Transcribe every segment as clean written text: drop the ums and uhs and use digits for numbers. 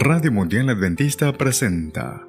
Radio Mundial Adventista presenta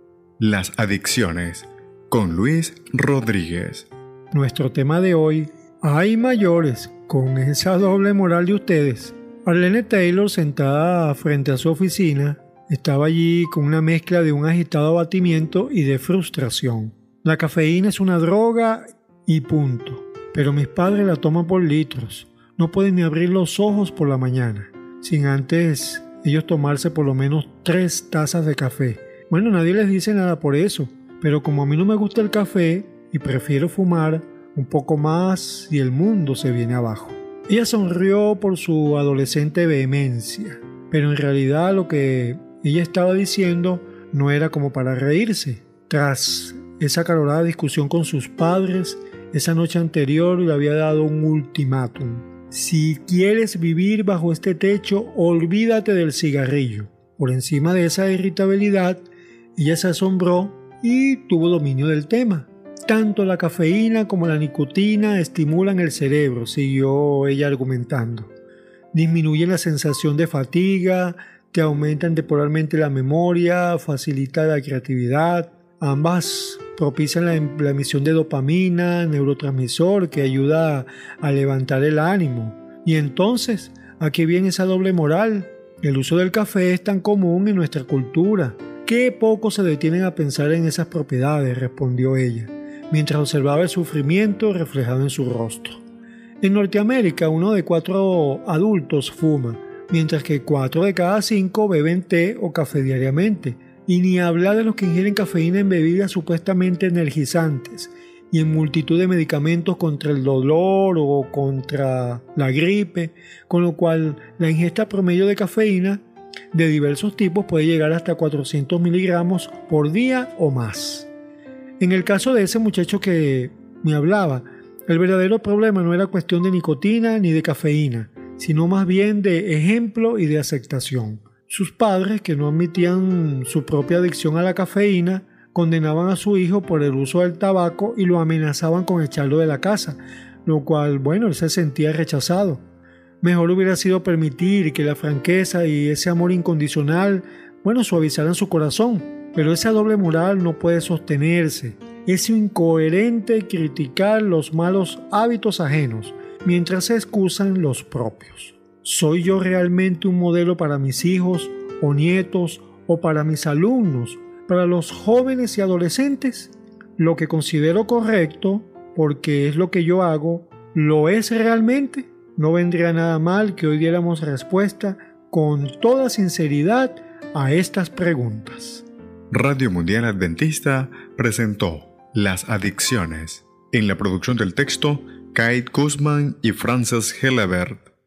Las Adicciones con Luis Rodríguez. Nuestro tema de hoy: hay mayores con esa doble moral de ustedes. Arlene Taylor, sentada frente a su oficina, estaba allí con una mezcla de un agitado abatimiento y de frustración. La cafeína es una droga y punto. Pero mis padres la toman por litros. No pueden ni abrir los ojos por la mañana sin antes ellos tomarse por lo menos 3 tazas de café. Bueno, nadie les dice nada por eso, pero como a mí no me gusta el café y prefiero fumar un poco más y el mundo se viene abajo. Ella sonrió por su adolescente vehemencia, pero en realidad lo que ella estaba diciendo no era como para reírse. Tras esa acalorada discusión con sus padres, esa noche anterior le había dado un ultimátum. Si quieres vivir bajo este techo, olvídate del cigarrillo. Por encima de esa irritabilidad, ella se asombró y tuvo dominio del tema. Tanto la cafeína como la nicotina estimulan el cerebro, siguió ella argumentando. Disminuyen la sensación de fatiga, te aumentan temporalmente la memoria, facilitan la creatividad. Ambas propician la emisión de dopamina, neurotransmisor que ayuda a levantar el ánimo. Y entonces, ¿a qué viene esa doble moral? El uso del café es tan común en nuestra cultura. Qué poco se detienen a pensar en esas propiedades, respondió ella, mientras observaba el sufrimiento reflejado en su rostro. En Norteamérica, 1 de 4 adultos fuma, mientras que 4 de cada 5 beben té o café diariamente. Y ni hablar de los que ingieren cafeína en bebidas supuestamente energizantes y en multitud de medicamentos contra el dolor o contra la gripe, con lo cual la ingesta promedio de cafeína de diversos tipos puede llegar hasta 400 miligramos por día o más. En el caso de ese muchacho que me hablaba, el verdadero problema no era cuestión de nicotina ni de cafeína, sino más bien de ejemplo y de aceptación. Sus padres, que no admitían su propia adicción a la cafeína, condenaban a su hijo por el uso del tabaco y lo amenazaban con echarlo de la casa, lo cual, él se sentía rechazado. Mejor hubiera sido permitir que la franqueza y ese amor incondicional, suavizaran su corazón, pero esa doble moral no puede sostenerse. Es incoherente criticar los malos hábitos ajenos, mientras se excusan los propios. ¿Soy yo realmente un modelo para mis hijos o nietos o para mis alumnos, para los jóvenes y adolescentes? ¿Lo que considero correcto, porque es lo que yo hago, lo es realmente? No vendría nada mal que hoy diéramos respuesta con toda sinceridad a estas preguntas. Radio Mundial Adventista presentó Las Adicciones. En la producción del texto, Kate Guzmán y Frances Helebert.